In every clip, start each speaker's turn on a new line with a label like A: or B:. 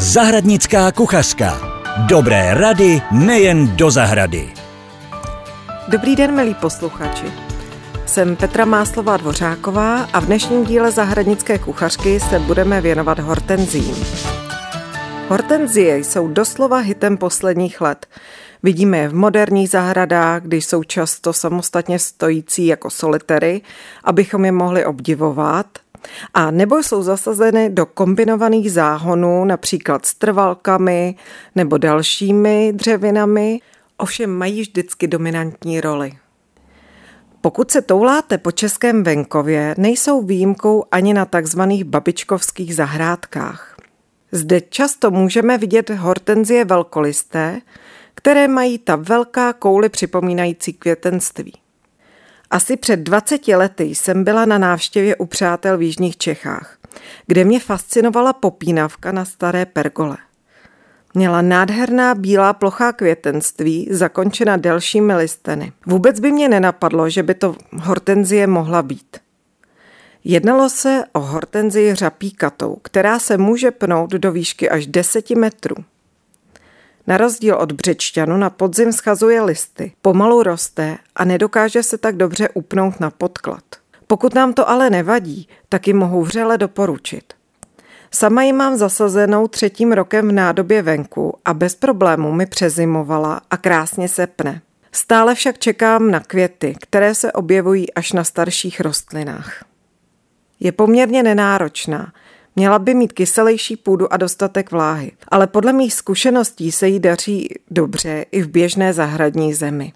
A: Zahradnická kuchařka. Dobré rady nejen do zahrady.
B: Dobrý den, milí posluchači. Jsem Petra Máslová-Dvořáková a v dnešním díle Zahradnické kuchařky se budeme věnovat hortenziím. Hortenzie jsou doslova hitem posledních let. Vidíme je v moderních zahradách, když jsou často samostatně stojící jako solitery, abychom je mohli obdivovat, a nebo jsou zasazeny do kombinovaných záhonů, například s trvalkami nebo dalšími dřevinami, ovšem mají vždycky dominantní roli. Pokud se touláte po českém venkově, nejsou výjimkou ani na takzvaných babičkovských zahrádkách. Zde často můžeme vidět hortenzie velkolisté, které mají ta velká kouli připomínající květenství. Asi před 20 lety jsem byla na návštěvě u přátel v jižních Čechách, kde mě fascinovala popínavka na staré pergole. Měla nádherná bílá plochá květenství, zakončena delšími listeny. Vůbec by mě nenapadlo, že by to hortenzie mohla být. Jednalo se o hortenzii řapíkatou, která se může pnout do výšky až 10 metrů. Na rozdíl od břečťanu na podzim schazuje listy, pomalu roste a nedokáže se tak dobře upnout na podklad. Pokud nám to ale nevadí, tak ji mohu vřele doporučit. Sama ji mám zasazenou 3. rokem v nádobě venku a bez problémů mi přezimovala a krásně se pne. Stále však čekám na květy, které se objevují až na starších rostlinách. Je poměrně nenáročná. Měla by mít kyselejší půdu a dostatek vláhy, ale podle mých zkušeností se jí daří dobře i v běžné zahradní zemi.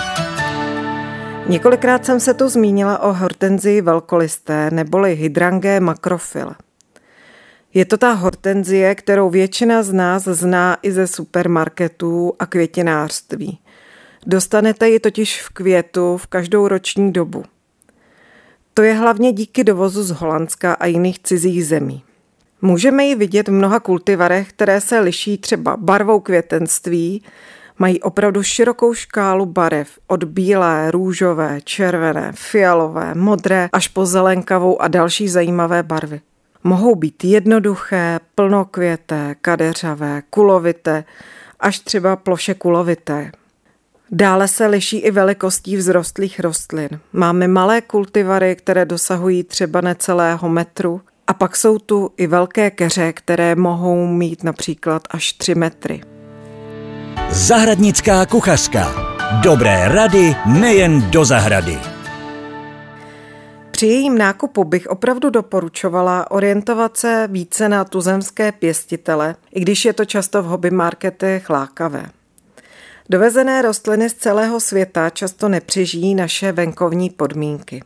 B: Několikrát jsem se tu zmínila o hortenzii velkolisté neboli Hydrangea macrophylla. Je to ta hortenzie, kterou většina z nás zná i ze supermarketů a květinářství. Dostanete ji totiž v květu v každou roční dobu. To je hlavně díky dovozu z Holandska a jiných cizích zemí. Můžeme ji vidět v mnoha kultivarech, které se liší třeba barvou květenství, mají opravdu širokou škálu barev od bílé, růžové, červené, fialové, modré až po zelenkavou a další zajímavé barvy. Mohou být jednoduché, plnokvěté, kadeřavé, kulovité, až třeba ploše kulovité. Dále se liší i velikostí vzrostlých rostlin. Máme malé kultivary, které dosahují třeba necelého metru, a pak jsou tu i velké keře, které mohou mít například až 3 metry.
A: Zahradnická kuchařka. Dobré rady nejen do zahrady.
B: Při jejím nákupu bych opravdu doporučovala orientovat se více na tuzemské pěstitele, i když je to často v hobby marketech lákavé. Dovezené rostliny z celého světa často nepřežijí naše venkovní podmínky.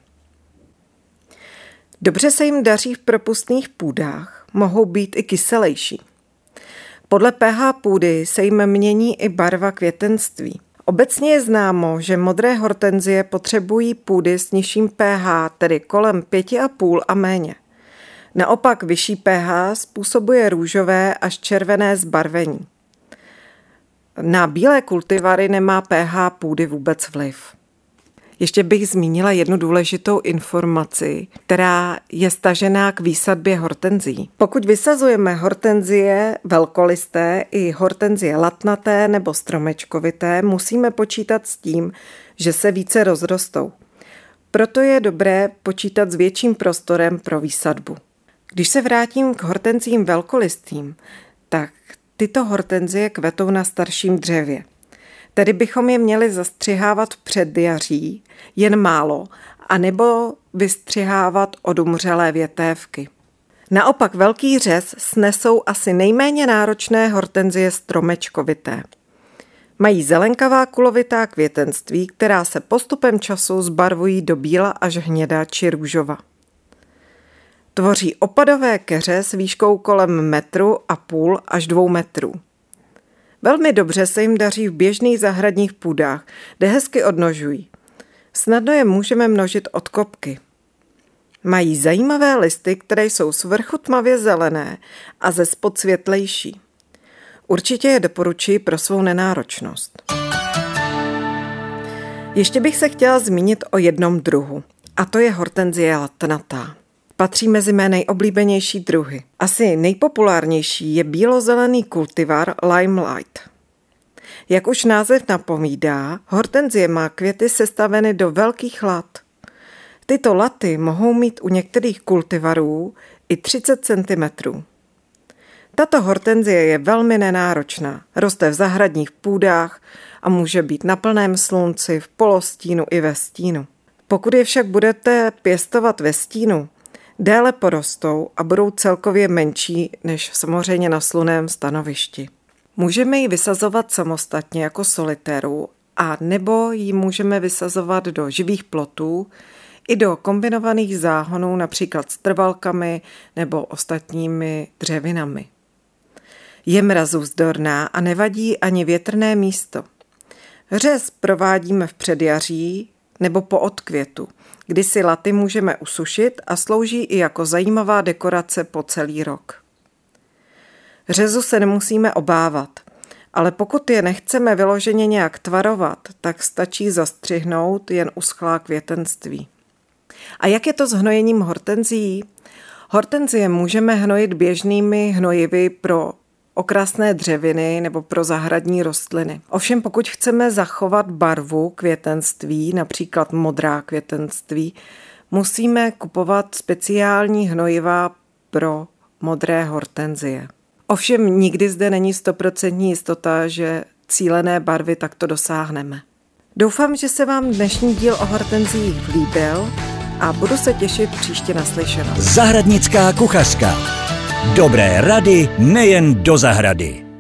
B: Dobře se jim daří v propustných půdách, mohou být i kyselejší. Podle pH půdy se jim mění i barva květenství. Obecně je známo, že modré hortenzie potřebují půdy s nižším pH, tedy kolem 5,5 a méně. Naopak vyšší pH způsobuje růžové až červené zbarvení. Na bílé kultivary nemá pH půdy vůbec vliv. Ještě bych zmínila jednu důležitou informaci, která je stažená k výsadbě hortenzií. Pokud vysazujeme hortenzie velkolisté i hortenzie latnaté nebo stromečkovité, musíme počítat s tím, že se více rozrostou. Proto je dobré počítat s větším prostorem pro výsadbu. Když se vrátím k hortenzím velkolistým, tak tyto hortenzie kvetou na starším dřevě. Tedy bychom je měli zastřihávat před jaří, jen málo, anebo vystřihávat odumřelé větévky. Naopak velký řez snesou asi nejméně náročné hortenzie stromečkovité. Mají zelenkavá kulovitá květenství, která se postupem času zbarvují do bíla až hněda či růžova. Tvoří opadové keře s výškou kolem 1,5 m až 2 metrů. Velmi dobře se jim daří v běžných zahradních půdách, kde hezky odnožují. Snadno je můžeme množit od kopky. Mají zajímavé listy, které jsou svrchu tmavě zelené a ze spod světlejší. Určitě je doporučuji pro svou nenáročnost. Ještě bych se chtěla zmínit o jednom druhu, a to je hortenzie latnatá. Patří mezi mé nejoblíbenější druhy. Asi nejpopulárnější je bílozelený kultivar Limelight. Jak už název napovídá, hortenzie má květy sestaveny do velkých lat. Tyto laty mohou mít u některých kultivarů i 30 cm. Tato hortenzie je velmi nenáročná, roste v zahradních půdách a může být na plném slunci, v polostínu i ve stínu. Pokud je však budete pěstovat ve stínu, déle porostou a budou celkově menší než samozřejmě na slunném stanovišti. Můžeme ji vysazovat samostatně jako solitéru a nebo ji můžeme vysazovat do živých plotů i do kombinovaných záhonů, například s trvalkami nebo ostatními dřevinami. Je mrazůzdorná a nevadí ani větrné místo. Řez provádíme v předjaří nebo po odkvětu, kdy si laty můžeme usušit a slouží i jako zajímavá dekorace po celý rok. Řezu se nemusíme obávat, ale pokud je nechceme vyloženě nějak tvarovat, tak stačí zastřihnout jen uschlá květenství. A jak je to s hnojením hortenzií? Hortenzie můžeme hnojit běžnými hnojivy pro okrasné dřeviny nebo pro zahradní rostliny. Ovšem pokud chceme zachovat barvu květenství, například modrá květenství, musíme kupovat speciální hnojiva pro modré hortenzie. Ovšem nikdy zde není 100% jistota, že cílené barvy takto dosáhneme. Doufám, že se vám dnešní díl o hortenziích líbil a budu se těšit příště naslyšenou.
A: Zahradnická kuchařka. Dobré rady nejen do zahrady.